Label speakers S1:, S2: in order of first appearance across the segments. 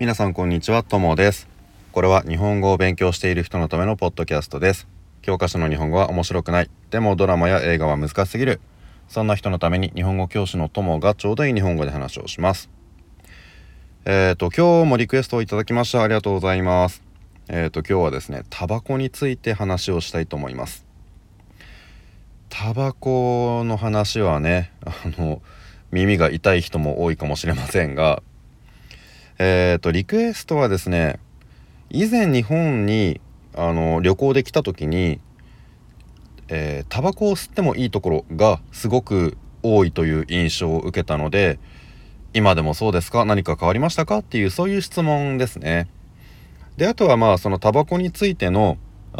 S1: 皆さんこんにちは、ともです。これは日本語を勉強している人のためのポッドキャストです。教科書の日本語は面白くない、でもドラマや映画は難しすぎる、そんな人のために日本語教師のともがちょうどいい日本語で話をします。今日もリクエストをいただきました。ありがとうございます。今日はですね、タバコについて話をしたいと思います。タバコの話はね、耳が痛い人も多いかもしれませんが、リクエストはですね、以前日本に旅行で来た時に、タバコを吸ってもいいところがすごく多いという印象を受けたので、今でもそうですか、何か変わりましたかっていう、そういう質問ですね。で、あとはそのタバコについての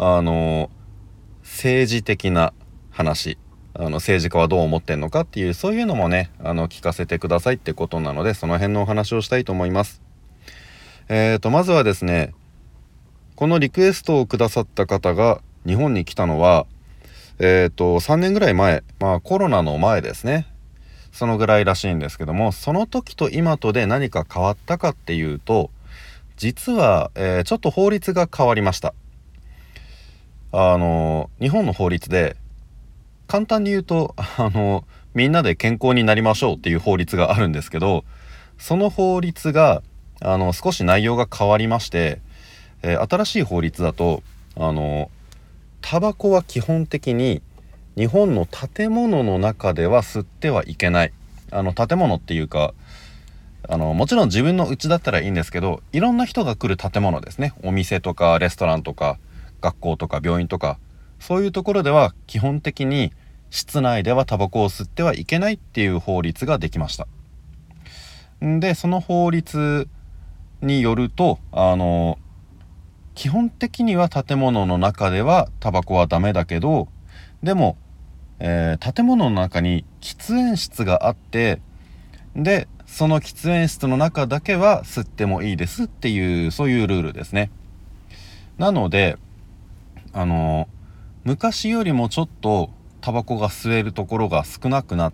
S1: 政治的な話、政治家はどう思ってんのかっていう、そういうのもね聞かせてくださいってことなので、その辺のお話をしたいと思います。まずはですね、このリクエストをくださった方が日本に来たのは3年ぐらい前、コロナの前ですね。そのぐらいらしいんですけども、その時と今とで何か変わったかっていうと、実は、ちょっと法律が変わりました。日本の法律で簡単に言うとみんなで健康になりましょうっていう法律があるんですけど、その法律が少し内容が変わりまして、新しい法律だとタバコは基本的に日本の建物の中では吸ってはいけない。建物っていうかもちろん自分の家だったらいいんですけど、いろんな人が来る建物ですね。お店とかレストランとか学校とか病院とか、そういうところでは基本的に室内ではタバコを吸ってはいけないっていう法律ができました。で、その法律によると基本的には建物の中ではタバコはダメだけど、でも、建物の中に喫煙室があって、でその喫煙室の中だけは吸ってもいいですっていう、そういうルールですね。なので昔よりもちょっとタバコが吸えるところが少なくなって、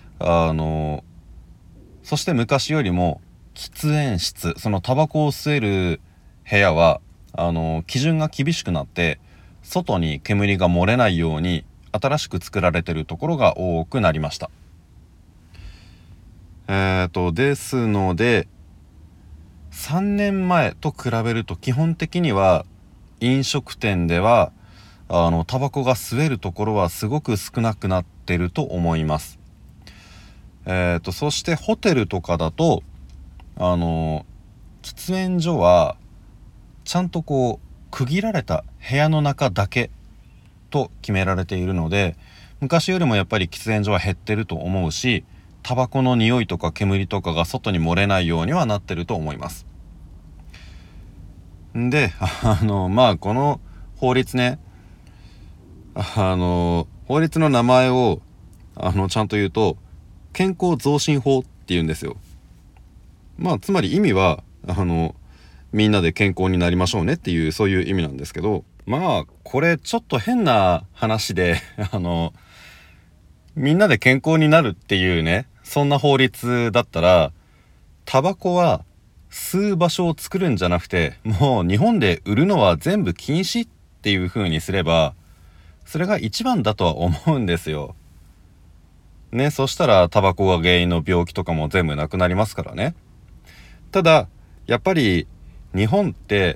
S1: そして昔よりも喫煙室、そのタバコを吸える部屋は基準が厳しくなって、外に煙が漏れないように新しく作られているところが多くなりました。ですので3年前と比べると基本的には飲食店ではタバコが吸えるところはすごく少なくなってると思います。そしてホテルとかだと喫煙所はちゃんとこう区切られた部屋の中だけと決められているので、昔よりもやっぱり喫煙所は減ってると思うし、タバコの匂いとか煙とかが外に漏れないようにはなってると思います。でこの法律ね、法律の名前をちゃんと言うと健康増進法って言うんですよ。つまり意味はみんなで健康になりましょうねっていう、そういう意味なんですけど、これちょっと変な話でみんなで健康になるっていうね、そんな法律だったらタバコは吸う場所を作るんじゃなくて、もう日本で売るのは全部禁止っていう風にすれば、それが一番だとは思うんですよね。そしたらタバコが原因の病気とかも全部なくなりますからね。ただやっぱり日本って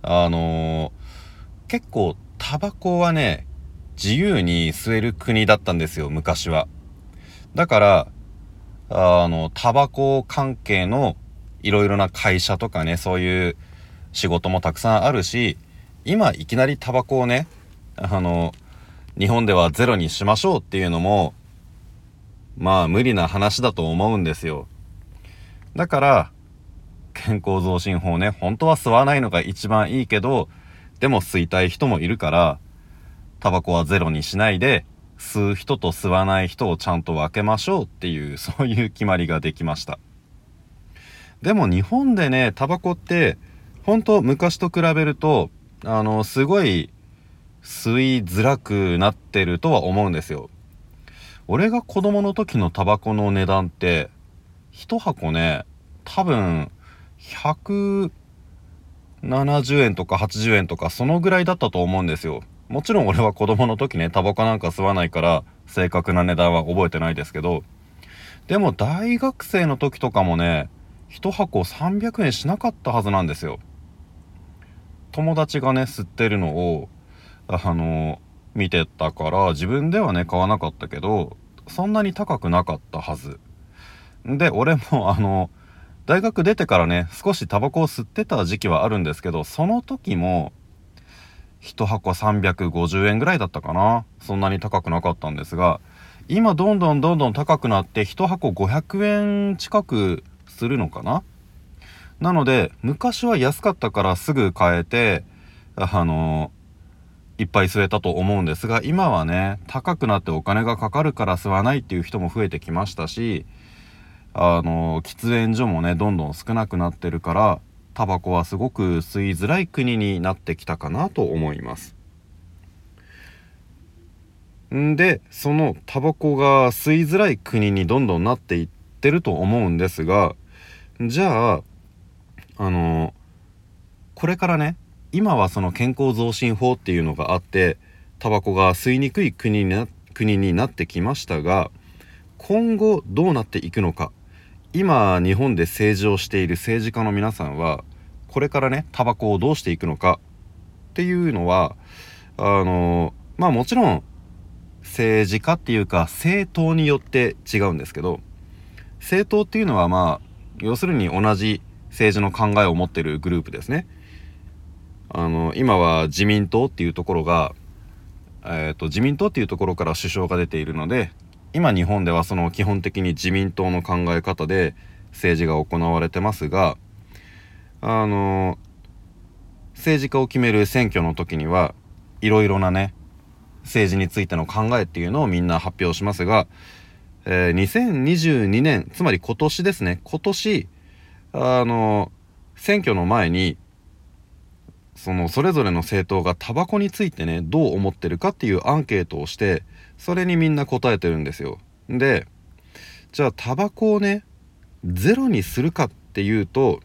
S1: 結構タバコはね、自由に吸える国だったんですよ、昔は。だからタバコ関係のいろいろな会社とかね、そういう仕事もたくさんあるし、今いきなりタバコをね日本ではゼロにしましょうっていうのも無理な話だと思うんですよ。だから健康増進法ね、本当は吸わないのが一番いいけど、でも吸いたい人もいるからタバコはゼロにしないで、吸う人と吸わない人をちゃんと分けましょうっていう、そういう決まりができました。でも日本でね、タバコって本当昔と比べるとすごい吸いづらくなってるとは思うんですよ。俺が子供の時のタバコの値段って1箱ね、多分 170円とか80円とかそのぐらいだったと思うんですよ。もちろん俺は子供の時ねタバコなんか吸わないから正確な値段は覚えてないですけど、でも大学生の時とかもね1箱300円しなかったはずなんですよ。友達がね吸ってるのを見てたから自分ではね買わなかったけど、そんなに高くなかったはずで、俺も大学出てからね少しタバコを吸ってた時期はあるんですけど、その時も1箱350円ぐらいだったかな。そんなに高くなかったんですが、今どんどん高くなって1箱500円近くするのかな。なので昔は安かったからすぐ買えていっぱい吸えたと思うんですが、今はね高くなってお金がかかるから吸わないっていう人も増えてきましたし、喫煙所もねどんどん少なくなってるから、タバコはすごく吸いづらい国になってきたかなと思います。んでそのタバコが吸いづらい国にどんどんなっていってると思うんですが、じゃあこれからね、今はその健康増進法っていうのがあってタバコが吸いにくい国になってきましたが、今後どうなっていくのか。今日本で政治をしている政治家の皆さんはこれからねタバコをどうしていくのかっていうのはもちろん政治家っていうか政党によって違うんですけど、政党っていうのは要するに同じ政治の考えを持っているグループですね。今は自民党っていうところが、自民党っていうところから首相が出ているので、今日本ではその基本的に自民党の考え方で政治が行われてますが、政治家を決める選挙の時にはいろいろなね政治についての考えっていうのをみんな発表しますが、2022年つまり今年ですね、今年選挙の前にそれぞれの政党がタバコについてねどう思ってるかっていうアンケートをして、それにみんな答えてるんですよ。でじゃあタバコをねゼロにするかっていうと、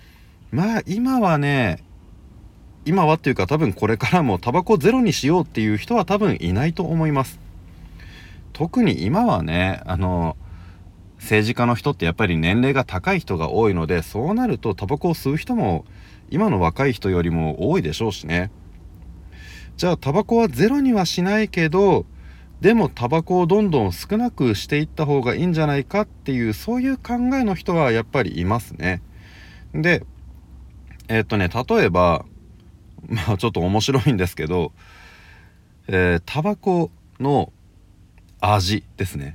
S1: 今はっていうか多分これからもタバコゼロにしようっていう人は多分いないと思います。特に今はね政治家の人ってやっぱり年齢が高い人が多いので、そうなるとタバコを吸う人も今の若い人よりも多いでしょうしね。じゃあタバコはゼロにはしないけど、でもタバコをどんどん少なくしていった方がいいんじゃないかっていう、そういう考えの人はやっぱりいますね。で例えばちょっと面白いんですけど、タバコの味ですね。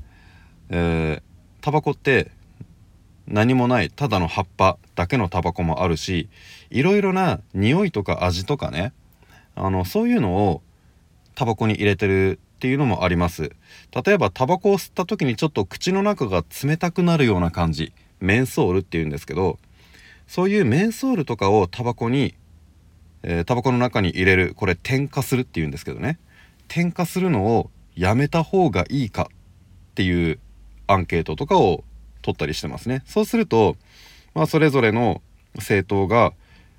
S1: タバコって何もないただの葉っぱだけのタバコもあるし、いろいろな匂いとか味とかねそういうのをタバコに入れてるっていうのもあります。例えばタバコを吸った時にちょっと口の中が冷たくなるような感じ、メンソールっていうんですけど、そういうメンソールとかをタバコの中に入れる、これ添加するっていうんですけどね、添加するのをやめた方がいいかっていうアンケートとかを取ったりしてますね。そうするとそれぞれの政党が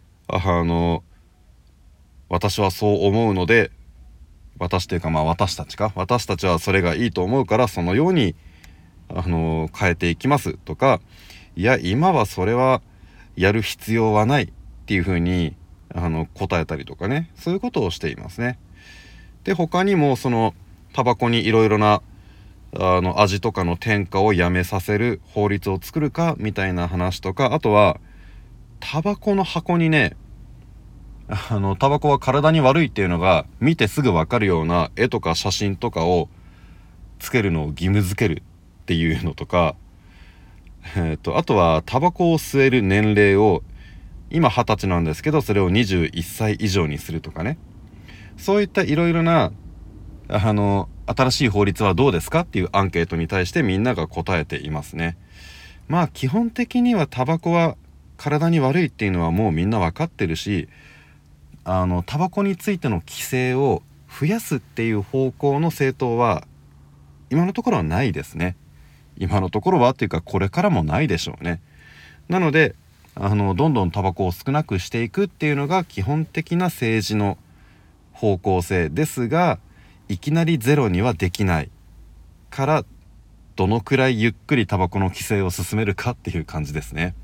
S1: 私はそう思うので、私というか私たちはそれがいいと思うからそのように変えていきますとか、いや今はそれはやる必要はないっていうふうに答えたりとかね、そういうことをしていますね。で他にもタバコにいろいろな味とかの添加をやめさせる法律を作るかみたいな話とか、あとはタバコの箱にねタバコは体に悪いっていうのが見てすぐ分かるような絵とか写真とかをつけるのを義務付けるっていうのとか、あとはタバコを吸える年齢を今20歳なんですけどそれを21歳以上にするとかね、そういったいろいろな新しい法律はどうですかっていうアンケートに対してみんなが答えていますね。基本的にはタバコは体に悪いっていうのはもうみんな分かってるし、タバコについての規制を増やすっていう方向の政党は今のところはないですね。今のところはっていうかこれからもないでしょうね。なのでどんどんタバコを少なくしていくっていうのが基本的な政治の方向性ですが、いきなりゼロにはできないから、どのくらいゆっくりタバコの規制を進めるかっていう感じですね。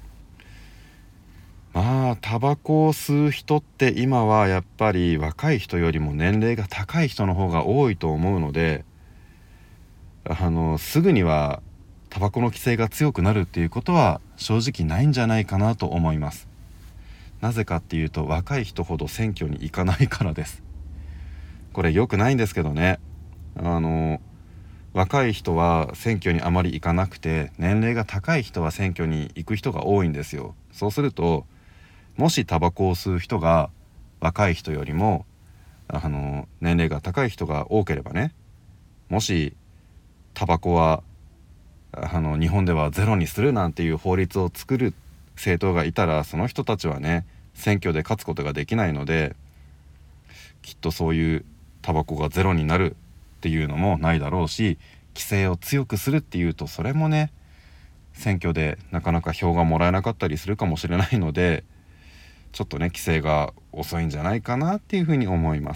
S1: まあタバコを吸う人って今はやっぱり若い人よりも年齢が高い人の方が多いと思うので、すぐにはタバコの規制が強くなるっていうことは正直ないんじゃないかなと思います。なぜかっていうと、若い人ほど選挙に行かないからです。これ良くないんですけどね。若い人は選挙にあまり行かなくて、年齢が高い人は選挙に行く人が多いんですよ。そうすると、もしタバコを吸う人が若い人よりも年齢が高い人が多ければね、もしタバコは日本ではゼロにするなんていう法律を作る政党がいたら、その人たちはね選挙で勝つことができないので、きっとそういうタバコがゼロになるっていうのもないだろうし、規制を強くするっていうとそれもね選挙でなかなか票がもらえなかったりするかもしれないので、ちょっとね規制が遅いんじゃないかなっていうふうに思います。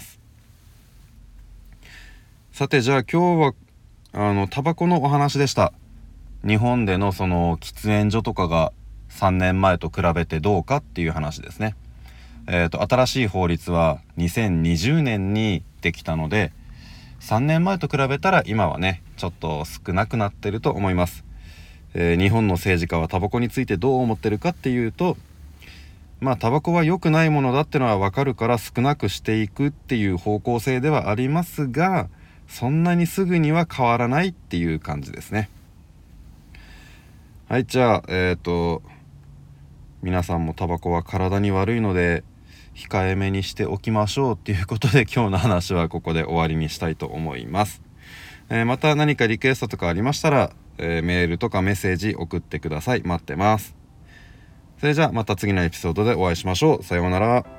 S1: さて、じゃあ今日はタバコのお話でした。日本でのその喫煙所とかが3年前と比べてどうかっていう話ですね。新しい法律は2020年にできたので、3年前と比べたら今はねちょっと少なくなってると思います。日本の政治家はタバコについてどう思ってるかっていうと、タバコは良くないものだってのは分かるから少なくしていくっていう方向性ではありますが、そんなにすぐには変わらないっていう感じですね。はい、じゃあ皆さんもタバコは体に悪いので控えめにしておきましょうっていうことで、今日の話はここで終わりにしたいと思います。また何かリクエストとかありましたら、メールとかメッセージ送ってください。待ってます。それじゃあまた次のエピソードでお会いしましょう。さようなら。